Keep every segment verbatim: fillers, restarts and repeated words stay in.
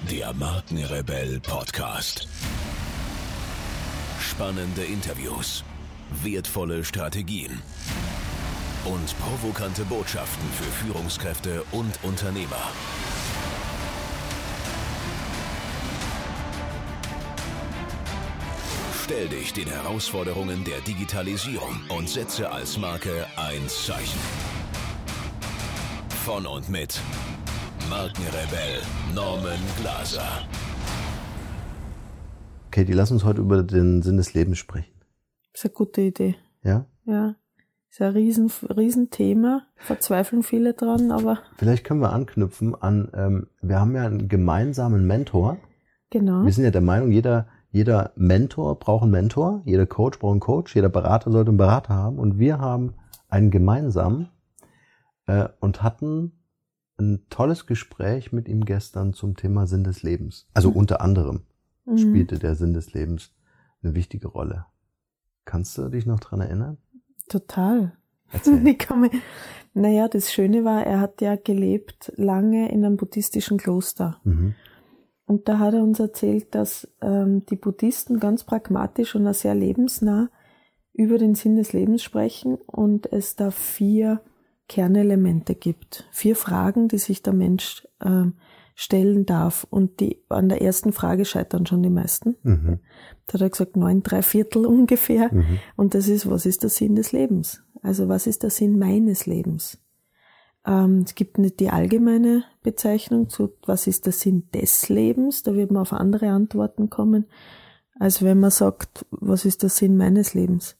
Der Markenrebell Podcast. Spannende Interviews, wertvolle Strategien und provokante Botschaften für Führungskräfte und Unternehmer. Stell dich den Herausforderungen der Digitalisierung und setze als Marke ein Zeichen. Von und mit Markenrebell Norman Glaser. Katie, lass uns heute über den Sinn des Lebens sprechen. Das ist eine gute Idee. Ja? Ja. Ist ein riesen, riesen Thema. Verzweifeln viele dran, aber... Vielleicht können wir anknüpfen an, ähm, wir haben ja einen gemeinsamen Mentor. Genau. Wir sind ja der Meinung, jeder, jeder Mentor braucht einen Mentor, jeder Coach braucht einen Coach, jeder Berater sollte einen Berater haben. Und wir haben einen gemeinsamen äh, und hatten ein tolles Gespräch mit ihm gestern zum Thema Sinn des Lebens. Also mhm. unter anderem mhm. spielte der Sinn des Lebens eine wichtige Rolle. Kannst du dich noch dran erinnern? Total. Erzähl. Ich kann mich, naja, das Schöne war, er hat ja gelebt lange in einem buddhistischen Kloster. Mhm. Und da hat er uns erzählt, dass ähm, die Buddhisten ganz pragmatisch und auch sehr lebensnah über den Sinn des Lebens sprechen und es da vier Kernelemente gibt. Vier Fragen, die sich der Mensch äh, stellen darf. Und die an der ersten Frage scheitern schon die meisten. Mhm. Da hat er gesagt, neun, drei Viertel ungefähr. Mhm. Und das ist, was ist der Sinn des Lebens? Also was ist der Sinn meines Lebens? Ähm, es gibt nicht die allgemeine Bezeichnung zu, was ist der Sinn des Lebens? Da wird man auf andere Antworten kommen, als wenn man sagt, was ist der Sinn meines Lebens?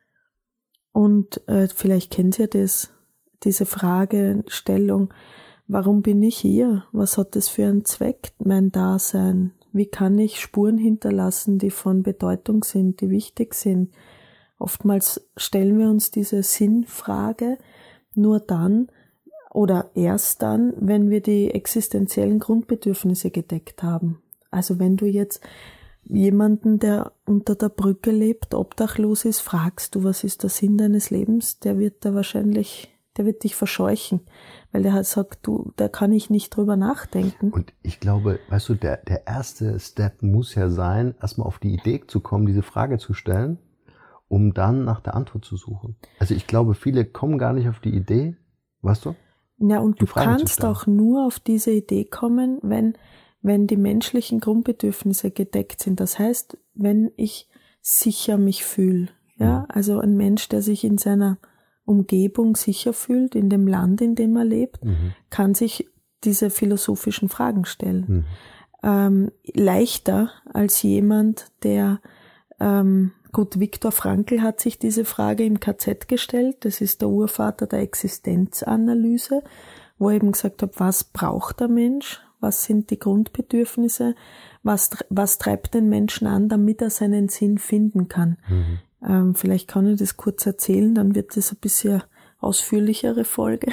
Und äh, vielleicht kennt ihr das, diese Fragestellung, warum bin ich hier? Was hat das für einen Zweck, mein Dasein? Wie kann ich Spuren hinterlassen, die von Bedeutung sind, die wichtig sind? Oftmals stellen wir uns diese Sinnfrage nur dann oder erst dann, wenn wir die existenziellen Grundbedürfnisse gedeckt haben. Also wenn du jetzt jemanden, der unter der Brücke lebt, obdachlos ist, fragst du, was ist der Sinn deines Lebens? Der wird da wahrscheinlich... Der wird dich verscheuchen, weil der halt sagt, du, da kann ich nicht drüber nachdenken. Und ich glaube, weißt du, der, der erste Step muss ja sein, erstmal auf die Idee zu kommen, diese Frage zu stellen, um dann nach der Antwort zu suchen. Also ich glaube, viele kommen gar nicht auf die Idee, weißt du? Ja, und du kannst auch nur auf diese Idee kommen, wenn, wenn die menschlichen Grundbedürfnisse gedeckt sind. Das heißt, wenn ich sicher mich fühle. Ja, mhm. Also ein Mensch, der sich in seiner Umgebung sicher fühlt, in dem Land, in dem er lebt, mhm. kann sich diese philosophischen Fragen stellen. Mhm. Ähm, leichter als jemand, der, ähm, gut, Viktor Frankl hat sich diese Frage im K Z gestellt, das ist der Urvater der Existenzanalyse, wo er eben gesagt hat, was braucht der Mensch, was sind die Grundbedürfnisse, was, was treibt den Menschen an, damit er seinen Sinn finden kann. Mhm. Ähm, vielleicht kann ich das kurz erzählen, dann wird das ein bisschen ausführlichere Folge.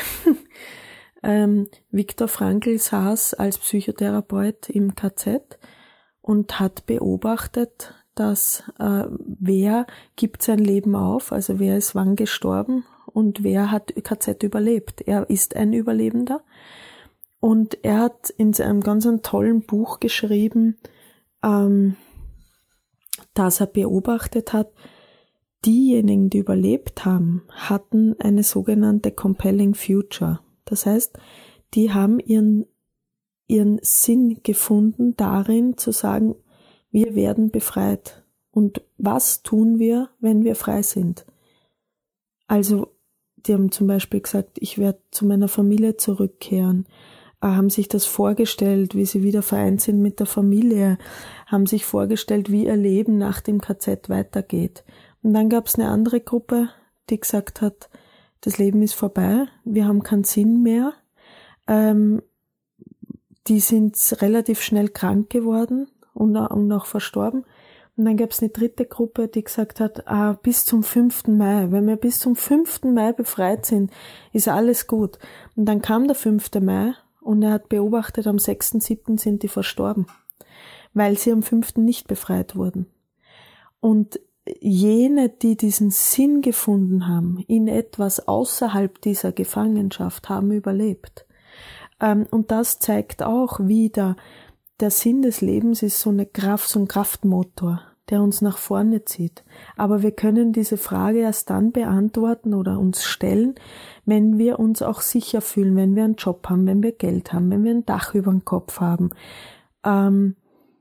ähm, Viktor Frankl saß als Psychotherapeut im K Z und hat beobachtet, dass äh, wer gibt sein Leben auf, also wer ist wann gestorben und wer hat K Z überlebt. Er ist ein Überlebender und er hat in einem ganz einen tollen Buch geschrieben, ähm, dass er beobachtet hat, diejenigen, die überlebt haben, hatten eine sogenannte Compelling Future. Das heißt, die haben ihren, ihren Sinn gefunden darin zu sagen, wir werden befreit. Und was tun wir, wenn wir frei sind? Also, die haben zum Beispiel gesagt, ich werde zu meiner Familie zurückkehren, haben sich das vorgestellt, wie sie wieder vereint sind mit der Familie, haben sich vorgestellt, wie ihr Leben nach dem K Z weitergeht. Und dann gab es eine andere Gruppe, die gesagt hat, das Leben ist vorbei, wir haben keinen Sinn mehr. Ähm, die sind relativ schnell krank geworden und, und auch verstorben. Und dann gab es eine dritte Gruppe, die gesagt hat, ah, bis zum fünften Mai, wenn wir bis zum fünften Mai befreit sind, ist alles gut. Und dann kam der fünfte Mai und er hat beobachtet, am sechsten, siebten sind die verstorben, weil sie am fünften nicht befreit wurden. Und jene, die diesen Sinn gefunden haben in etwas außerhalb dieser Gefangenschaft, haben überlebt. Und das zeigt auch wieder, der Sinn des Lebens ist so eine Kraft, so ein Kraftmotor, der uns nach vorne zieht. Aber wir können diese Frage erst dann beantworten oder uns stellen, wenn wir uns auch sicher fühlen, wenn wir einen Job haben, wenn wir Geld haben, wenn wir ein Dach über dem Kopf haben. Ähm,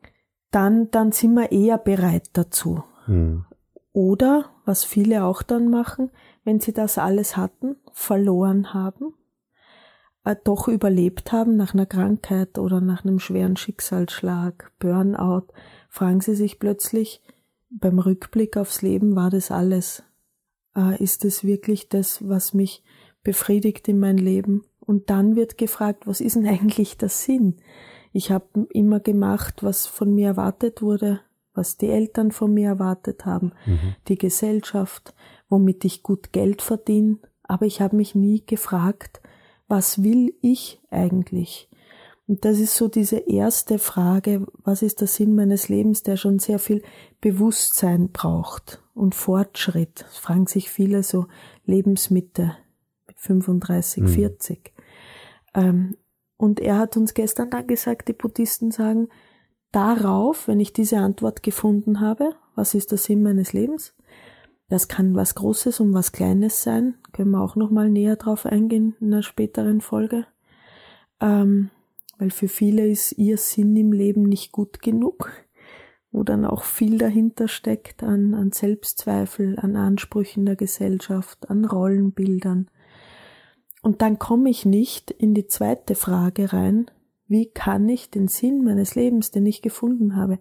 dann, dann sind wir eher bereit dazu. Hm. Oder, was viele auch dann machen, wenn sie das alles hatten, verloren haben, äh, doch überlebt haben nach einer Krankheit oder nach einem schweren Schicksalsschlag, Burnout, fragen sie sich plötzlich, beim Rückblick aufs Leben, war das alles? Äh, ist es wirklich das, was mich befriedigt in mein Leben? Und dann wird gefragt, was ist denn eigentlich der Sinn? Ich habe immer gemacht, was von mir erwartet wurde, was die Eltern von mir erwartet haben, mhm. die Gesellschaft, womit ich gut Geld verdiene. Aber ich habe mich nie gefragt, was will ich eigentlich? Und das ist so diese erste Frage, was ist der Sinn meines Lebens, der schon sehr viel Bewusstsein braucht und Fortschritt. Das fragen sich viele so Lebensmitte mit fünfunddreißig, mhm. vierzig. Ähm, und er hat uns gestern dann gesagt, die Buddhisten sagen, darauf, wenn ich diese Antwort gefunden habe, was ist der Sinn meines Lebens? Das kann was Großes und was Kleines sein, können wir auch nochmal näher drauf eingehen in einer späteren Folge. Ähm, weil für viele ist ihr Sinn im Leben nicht gut genug, wo dann auch viel dahinter steckt an, an Selbstzweifel, an Ansprüchen der Gesellschaft, an Rollenbildern. Und dann komme ich nicht in die zweite Frage rein, wie kann ich den Sinn meines Lebens, den ich gefunden habe,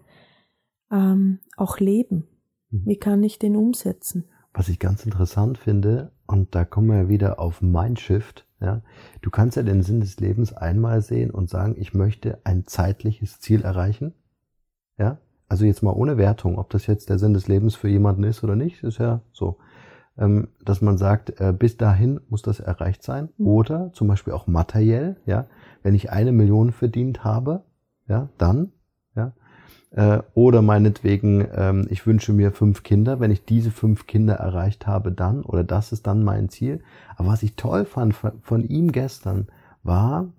ähm, auch leben? Wie kann ich den umsetzen? Was ich ganz interessant finde, und da kommen wir wieder auf Mindshift, ja, du kannst ja den Sinn des Lebens einmal sehen und sagen, ich möchte ein zeitliches Ziel erreichen, ja, also jetzt mal ohne Wertung, ob das jetzt der Sinn des Lebens für jemanden ist oder nicht, ist ja so, ähm, dass man sagt, äh, bis dahin muss das erreicht sein, mhm. oder zum Beispiel auch materiell, ja, wenn ich eine Million verdient habe, ja, dann, ja, äh, oder meinetwegen, ähm, ich wünsche mir fünf Kinder, wenn ich diese fünf Kinder erreicht habe, dann, oder das ist dann mein Ziel. Aber was ich toll fand von, von ihm gestern, war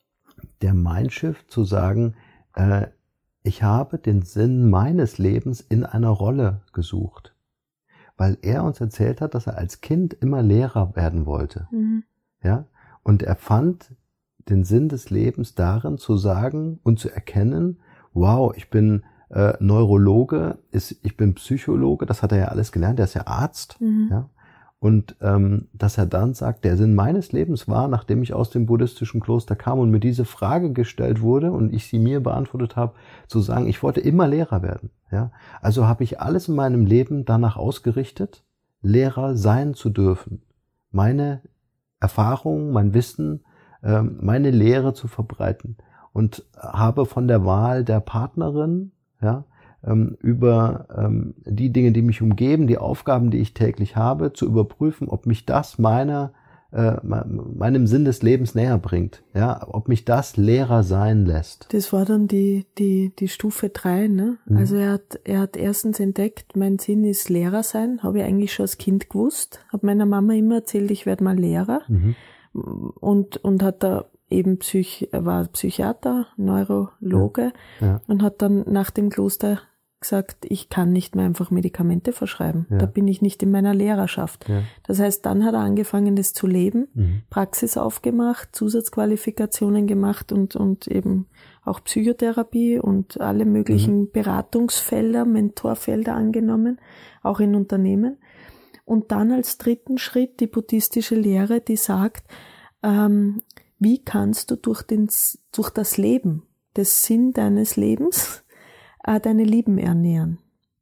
der Mindshift zu sagen, äh, ich habe den Sinn meines Lebens in einer Rolle gesucht. Weil er uns erzählt hat, dass er als Kind immer Lehrer werden wollte. Mhm. Ja, und er fand den Sinn des Lebens darin zu sagen und zu erkennen, wow, ich bin äh, Neurologe, ist, ich bin Psychologe, das hat er ja alles gelernt, der ist ja Arzt, mhm. ja, und ähm, dass er dann sagt, der Sinn meines Lebens war, nachdem ich aus dem buddhistischen Kloster kam und mir diese Frage gestellt wurde und ich sie mir beantwortet habe, zu sagen, ich wollte immer Lehrer werden, ja, also habe ich alles in meinem Leben danach ausgerichtet, Lehrer sein zu dürfen, meine Erfahrungen, mein Wissen, ähm, meine Lehre zu verbreiten. Und habe von der Wahl der Partnerin, ja, ähm, über ähm, die Dinge, die mich umgeben, die Aufgaben, die ich täglich habe, zu überprüfen, ob mich das meiner, äh, meinem Sinn des Lebens näher bringt, ja, ob mich das Lehrer sein lässt. Das war dann die die die Stufe drei, ne? Mhm. Also er hat er hat erstens entdeckt, mein Sinn ist Lehrer sein, habe ich eigentlich schon als Kind gewusst, habe meiner Mama immer erzählt, ich werde mal Lehrer, mhm. und und hat da eben Psych, er war Psychiater, Neurologe, ja, ja. und hat dann nach dem Kloster gesagt, ich kann nicht mehr einfach Medikamente verschreiben. Ja. Da bin ich nicht in meiner Lehrerschaft. Ja. Das heißt, dann hat er angefangen, das zu leben, mhm. Praxis aufgemacht, Zusatzqualifikationen gemacht und, und eben auch Psychotherapie und alle möglichen mhm. Beratungsfelder, Mentorfelder angenommen, auch in Unternehmen. Und dann als dritten Schritt die buddhistische Lehre, die sagt, ähm, wie kannst du durch, den, durch das Leben, des Sinn deines Lebens, äh, deine Lieben ernähren?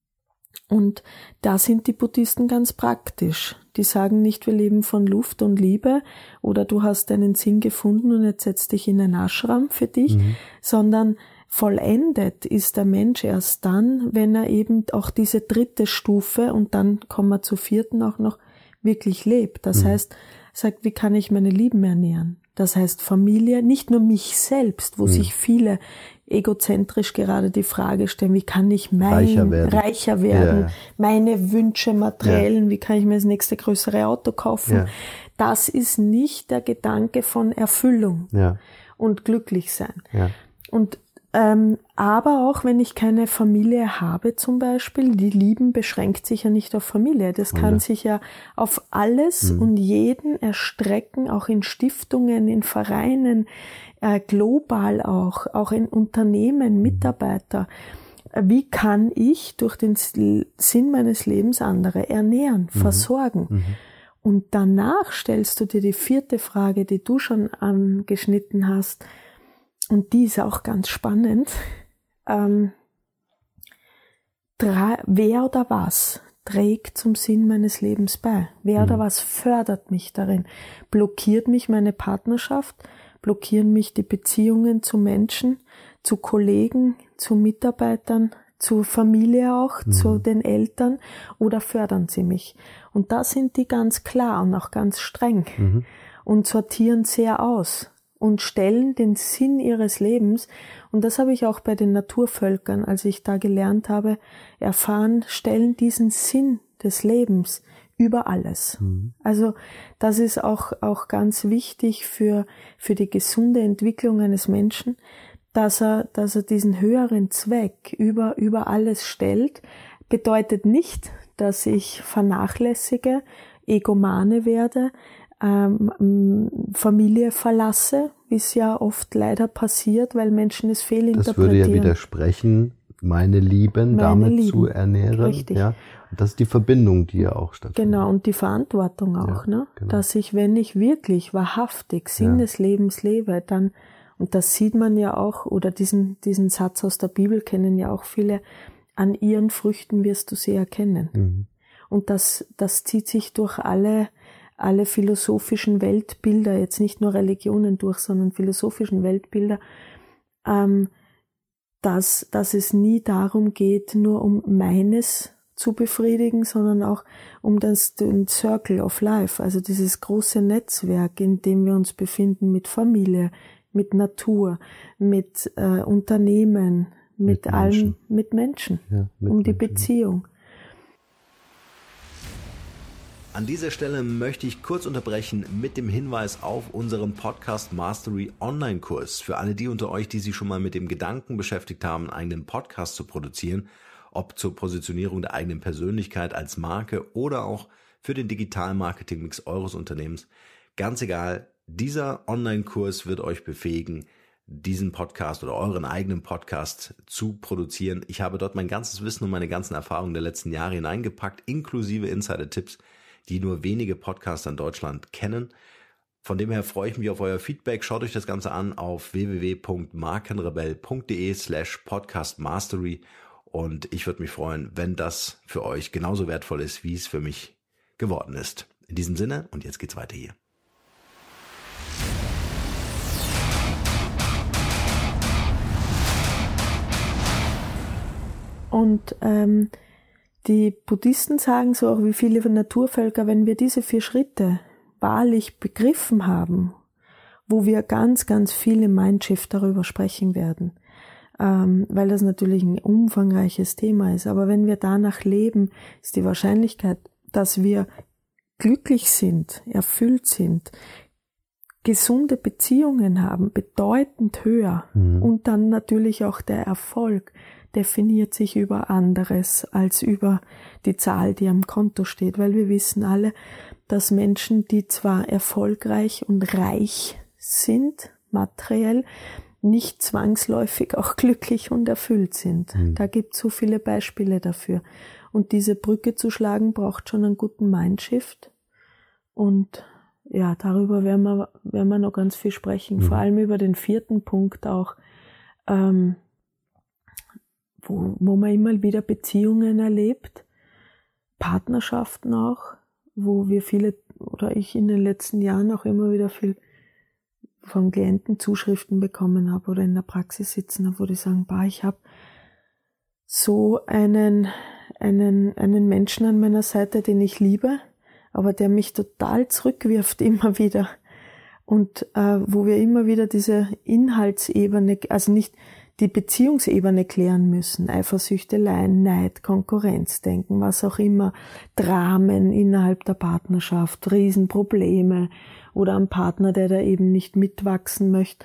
Und da sind die Buddhisten ganz praktisch. Die sagen nicht, wir leben von Luft und Liebe oder du hast deinen Sinn gefunden und jetzt setzt dich in ein Ashram für dich, mhm. sondern vollendet ist der Mensch erst dann, wenn er eben auch diese dritte Stufe und dann kommen wir zur vierten auch noch, wirklich lebt. Das mhm. heißt, sagt, wie kann ich meine Lieben ernähren? Das heißt Familie, nicht nur mich selbst, wo mhm. sich viele egozentrisch gerade die Frage stellen, wie kann ich mein, reicher werden, reicher werden ja. meine Wünsche, materiellen, ja. wie kann ich mir das nächste größere Auto kaufen? Ja. Das ist nicht der Gedanke von Erfüllung ja. und glücklich sein. Ja. Und Ähm, aber auch wenn ich keine Familie habe zum Beispiel, die Lieben beschränkt sich ja nicht auf Familie. Das kann ja. sich ja auf alles mhm. und jeden erstrecken, auch in Stiftungen, in Vereinen, äh, global auch, auch in Unternehmen, Mitarbeiter. Wie kann ich durch den Sinn meines Lebens andere ernähren, mhm. versorgen? Mhm. Und danach stellst du dir die vierte Frage, die du schon angeschnitten hast, und die ist auch ganz spannend. Ähm, tra- wer oder was trägt zum Sinn meines Lebens bei? Wer mhm. oder was fördert mich darin? Blockiert mich meine Partnerschaft? Blockieren mich die Beziehungen zu Menschen, zu Kollegen, zu Mitarbeitern, zu Familie auch, mhm. zu den Eltern, oder fördern sie mich? Und da sind die ganz klar und auch ganz streng mhm. und sortieren sehr aus und stellen den Sinn ihres Lebens, und das habe ich auch bei den Naturvölkern, als ich da gelernt habe, erfahren, stellen diesen Sinn des Lebens über alles. Mhm. Also das ist auch auch ganz wichtig für für die gesunde Entwicklung eines Menschen, dass er dass er diesen höheren Zweck über über alles stellt. Bedeutet nicht, dass ich vernachlässige, egomane werde, ähm, Familie verlasse, wie es ja oft leider passiert, weil Menschen es fehlinterpretieren. Das würde ja widersprechen, meine Lieben meine damit Lieben. zu ernähren. Richtig. Ja, und das ist die Verbindung, die ja auch stattfindet. Genau, und die Verantwortung auch, ja, ne? Genau. Dass ich, wenn ich wirklich wahrhaftig Sinn ja. des Lebens lebe, dann, und das sieht man ja auch, oder diesen, diesen Satz aus der Bibel kennen ja auch viele, an ihren Früchten wirst du sie erkennen. Mhm. Und das, das zieht sich durch alle, alle philosophischen Weltbilder, jetzt nicht nur Religionen durch, sondern philosophischen Weltbilder, ähm, dass, dass es nie darum geht, nur um meines zu befriedigen, sondern auch um das, den Circle of Life, also dieses große Netzwerk, in dem wir uns befinden, mit Familie, mit Natur, mit äh, Unternehmen, mit, mit allem, Menschen. mit Menschen, ja, mit um die Menschen. Beziehung. An dieser Stelle möchte ich kurz unterbrechen mit dem Hinweis auf unseren Podcast Mastery Online-Kurs. Für alle die unter euch, die sich schon mal mit dem Gedanken beschäftigt haben, einen eigenen Podcast zu produzieren, ob zur Positionierung der eigenen Persönlichkeit als Marke oder auch für den Digital-Marketing-Mix eures Unternehmens. Ganz egal, dieser Online-Kurs wird euch befähigen, diesen Podcast oder euren eigenen Podcast zu produzieren. Ich habe dort mein ganzes Wissen und meine ganzen Erfahrungen der letzten Jahre hineingepackt, inklusive Insider-Tipps, die nur wenige Podcaster in Deutschland kennen. Von dem her freue ich mich auf euer Feedback. Schaut euch das Ganze an auf w w w punkt markenrebell punkt de slash podcast mastery und ich würde mich freuen, wenn das für euch genauso wertvoll ist, wie es für mich geworden ist. In diesem Sinne, und jetzt geht's weiter hier. Und ähm, die Buddhisten sagen so, auch wie viele Naturvölker, wenn wir diese vier Schritte wahrlich begriffen haben, wo wir ganz, ganz viel im Mindshift darüber sprechen werden, ähm, weil das natürlich ein umfangreiches Thema ist, aber wenn wir danach leben, ist die Wahrscheinlichkeit, dass wir glücklich sind, erfüllt sind, gesunde Beziehungen haben, bedeutend höher. Mhm. Und dann natürlich auch der Erfolg definiert sich über anderes als über die Zahl, die am Konto steht, weil wir wissen alle, dass Menschen, die zwar erfolgreich und reich sind, materiell, nicht zwangsläufig auch glücklich und erfüllt sind. Mhm. Da gibt es so viele Beispiele dafür. Und diese Brücke zu schlagen, braucht schon einen guten Mindshift. Und ja, darüber werden wir, werden wir noch ganz viel sprechen. Mhm. Vor allem über den vierten Punkt auch, ähm, wo, wo man immer wieder Beziehungen erlebt, Partnerschaften auch, wo wir viele, oder ich in den letzten Jahren auch immer wieder viel von Klienten Zuschriften bekommen habe oder in der Praxis sitzen habe, wo die sagen, bah, ich habe so einen, einen, einen Menschen an meiner Seite, den ich liebe, aber der mich total zurückwirft immer wieder. Und äh, wo wir immer wieder diese Inhaltsebene, also nicht die Beziehungsebene klären müssen, Eifersüchteleien, Neid, Konkurrenzdenken, was auch immer, Dramen innerhalb der Partnerschaft, Riesenprobleme oder ein Partner, der da eben nicht mitwachsen möchte.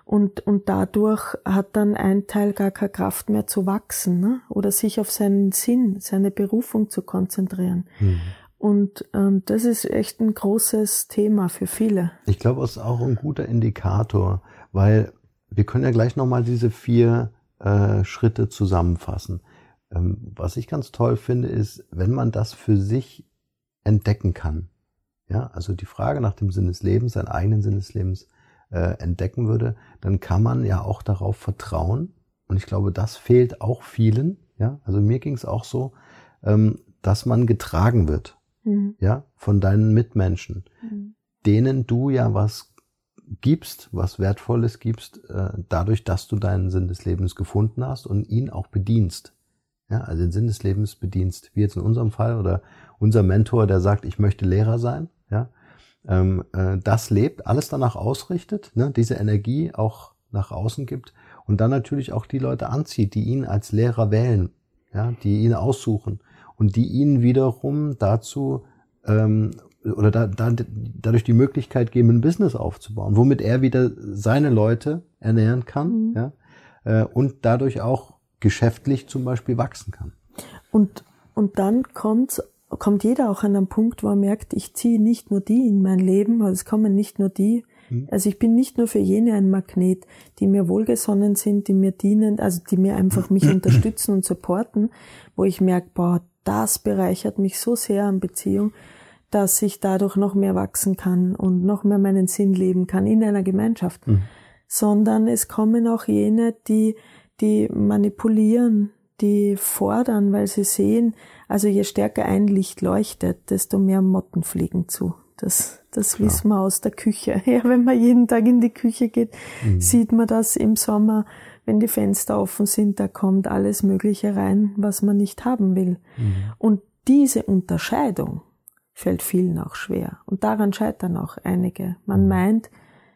Und, und dadurch hat dann ein Teil gar keine Kraft mehr zu wachsen, ne? Oder sich auf seinen Sinn, seine Berufung zu konzentrieren. Mhm. Und ähm, das ist echt ein großes Thema für viele. Ich glaube, es ist auch ein guter Indikator, weil wir können ja gleich nochmal diese vier äh, Schritte zusammenfassen. Ähm, was ich ganz toll finde, ist, wenn man das für sich entdecken kann. Ja, also die Frage nach dem Sinn des Lebens, seinen eigenen Sinn des Lebens äh, entdecken würde, dann kann man ja auch darauf vertrauen. Und ich glaube, das fehlt auch vielen. Ja, also mir ging es auch so, ähm, dass man getragen wird, mhm. ja, von deinen Mitmenschen, mhm. denen du ja was gibst, was Wertvolles gibst, äh, dadurch, dass du deinen Sinn des Lebens gefunden hast und ihn auch bedienst. Ja, also den Sinn des Lebens bedienst, wie jetzt in unserem Fall oder unser Mentor, der sagt, ich möchte Lehrer sein, ja, ähm, äh, das lebt, alles danach ausrichtet, ne, diese Energie auch nach außen gibt und dann natürlich auch die Leute anzieht, die ihn als Lehrer wählen, ja, die ihn aussuchen und die ihn wiederum dazu ähm, oder da, da, dadurch die Möglichkeit geben, ein Business aufzubauen, womit er wieder seine Leute ernähren kann, mhm. ja, äh, und dadurch auch geschäftlich zum Beispiel wachsen kann. Und, und dann kommt, kommt jeder auch an einen Punkt, wo er merkt, ich ziehe nicht nur die in mein Leben, also es kommen nicht nur die, mhm. also ich bin nicht nur für jene ein Magnet, die mir wohlgesonnen sind, die mir dienen, also die mir einfach mich unterstützen und supporten, wo ich merke, boah, das bereichert mich so sehr an Beziehung, dass ich dadurch noch mehr wachsen kann und noch mehr meinen Sinn leben kann in einer Gemeinschaft. Mhm. Sondern es kommen auch jene, die, die manipulieren, die fordern, weil sie sehen, also je stärker ein Licht leuchtet, desto mehr Motten fliegen zu. Das, das Klar. wissen wir aus der Küche. Ja, wenn man jeden Tag in die Küche geht, mhm. sieht man das im Sommer, wenn die Fenster offen sind, da kommt alles Mögliche rein, was man nicht haben will. Mhm. Und diese Unterscheidung fällt vielen auch schwer. Und daran scheitern auch einige. Man mhm. meint,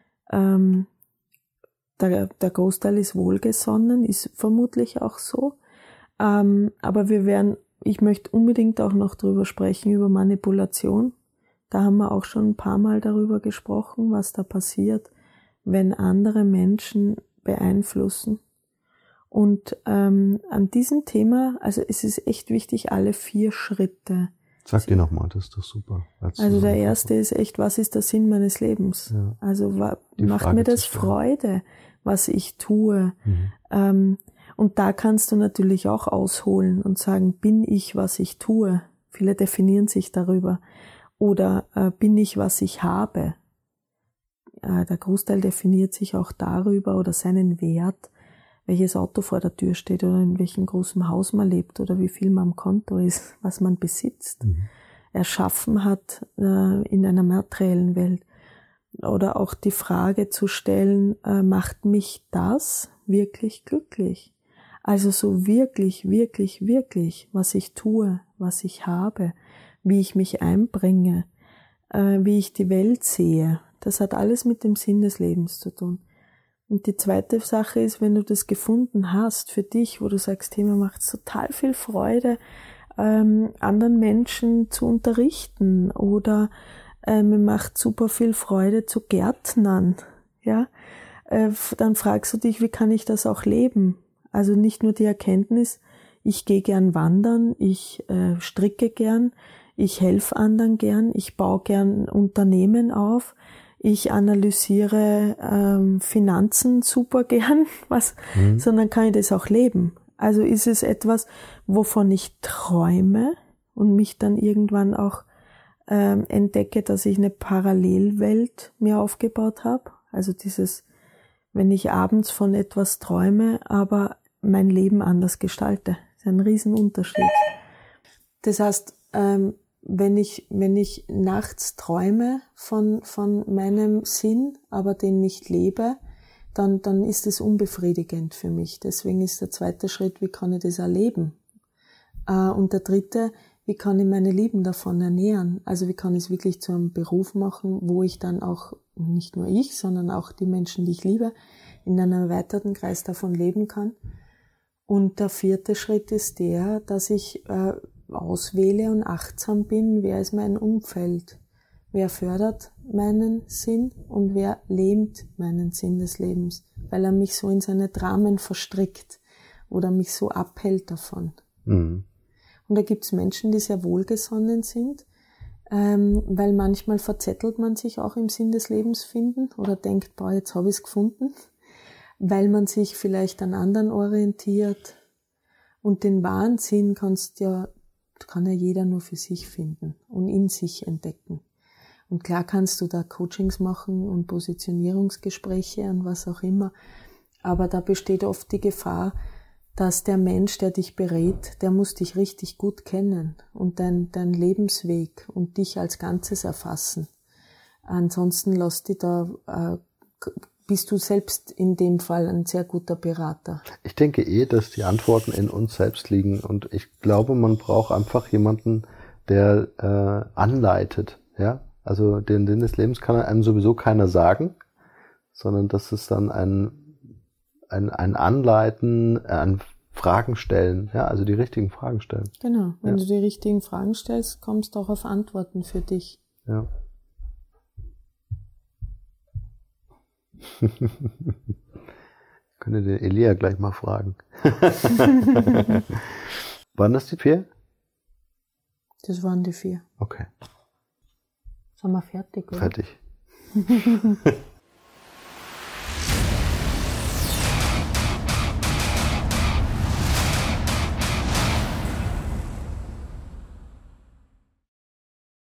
ähm, der, der Großteil ist wohlgesonnen, ist vermutlich auch so. Ähm, aber wir werden, ich möchte unbedingt auch noch drüber sprechen, über Manipulation. Da haben wir auch schon ein paar Mal darüber gesprochen, was da passiert, wenn andere Menschen beeinflussen. Und ähm, an diesem Thema, also es ist echt wichtig, alle vier Schritte. Sag dir nochmal, das ist doch super. Also der erste ist echt, was ist der Sinn meines Lebens? Ja. Also wa- macht Frage mir das Freude, was ich tue? Mhm. Ähm, und da kannst du natürlich auch ausholen und sagen, bin ich, was ich tue? Viele definieren sich darüber. Oder äh, bin ich, was ich habe? Äh, der Großteil definiert sich auch darüber oder seinen Wert, welches Auto vor der Tür steht oder in welchem großen Haus man lebt oder wie viel man am Konto ist, was man besitzt, mhm. erschaffen hat äh, in einer materiellen Welt. Oder auch die Frage zu stellen, äh, macht mich das wirklich glücklich? Also so wirklich, wirklich, wirklich, was ich tue, was ich habe, wie ich mich einbringe, äh, wie ich die Welt sehe. Das hat alles mit dem Sinn des Lebens zu tun. Und die zweite Sache ist, wenn du das gefunden hast für dich, wo du sagst, hey, mir macht es total viel Freude, ähm, anderen Menschen zu unterrichten oder äh, mir macht super viel Freude zu gärtnern, ja, äh, dann fragst du dich, wie kann ich das auch leben? Also nicht nur die Erkenntnis, ich gehe gern wandern, ich äh, stricke gern, ich helfe anderen gern, ich baue gern Unternehmen auf, ich analysiere ähm, Finanzen super gern, was, mhm. sondern kann ich das auch leben. Also ist es etwas, wovon ich träume und mich dann irgendwann auch ähm, entdecke, dass ich eine Parallelwelt mir aufgebaut habe. Also dieses, wenn ich abends von etwas träume, aber mein Leben anders gestalte. Das ist ein Riesenunterschied. Das heißt, ähm, wenn ich, wenn ich nachts träume von, von meinem Sinn, aber den nicht lebe, dann, dann ist es unbefriedigend für mich. Deswegen ist der zweite Schritt, wie kann ich das erleben? Äh, und der dritte, wie kann ich meine Lieben davon ernähren? Also wie kann ich es wirklich zu einem Beruf machen, wo ich dann auch, nicht nur ich, sondern auch die Menschen, die ich liebe, in einem erweiterten Kreis davon leben kann. Und der vierte Schritt ist der, dass ich äh, auswähle und achtsam bin, wer ist mein Umfeld, wer fördert meinen Sinn und wer lähmt meinen Sinn des Lebens, weil er mich so in seine Dramen verstrickt oder mich so abhält davon. Mhm. Und da gibt's Menschen, die sehr wohlgesonnen sind, ähm, weil manchmal verzettelt man sich auch im Sinn des Lebens finden oder denkt, boah, jetzt habe ich es gefunden, weil man sich vielleicht an anderen orientiert. Und den wahren Sinn kannst ja, kann ja jeder nur für sich finden und in sich entdecken. Und klar kannst du da Coachings machen und Positionierungsgespräche und was auch immer, aber da besteht oft die Gefahr, dass der Mensch, der dich berät, der muss dich richtig gut kennen und dein, dein Lebensweg und dich als Ganzes erfassen. Ansonsten lass dich da, äh, bist du selbst in dem Fall ein sehr guter Berater. Ich denke eh, dass die Antworten in uns selbst liegen und ich glaube, man braucht einfach jemanden, der äh, anleitet, ja. Also den Sinn des Lebens kann einem sowieso keiner sagen, sondern das ist dann ein ein, ein Anleiten, ein Fragen stellen, ja, also die richtigen Fragen stellen. Genau, wenn ja. du die richtigen Fragen stellst, kommst du auch auf Antworten für dich. Ja. Ich könnte den Elia gleich mal fragen. Waren das die vier? Das waren die vier. Okay. Sind wir fertig, oder? Fertig.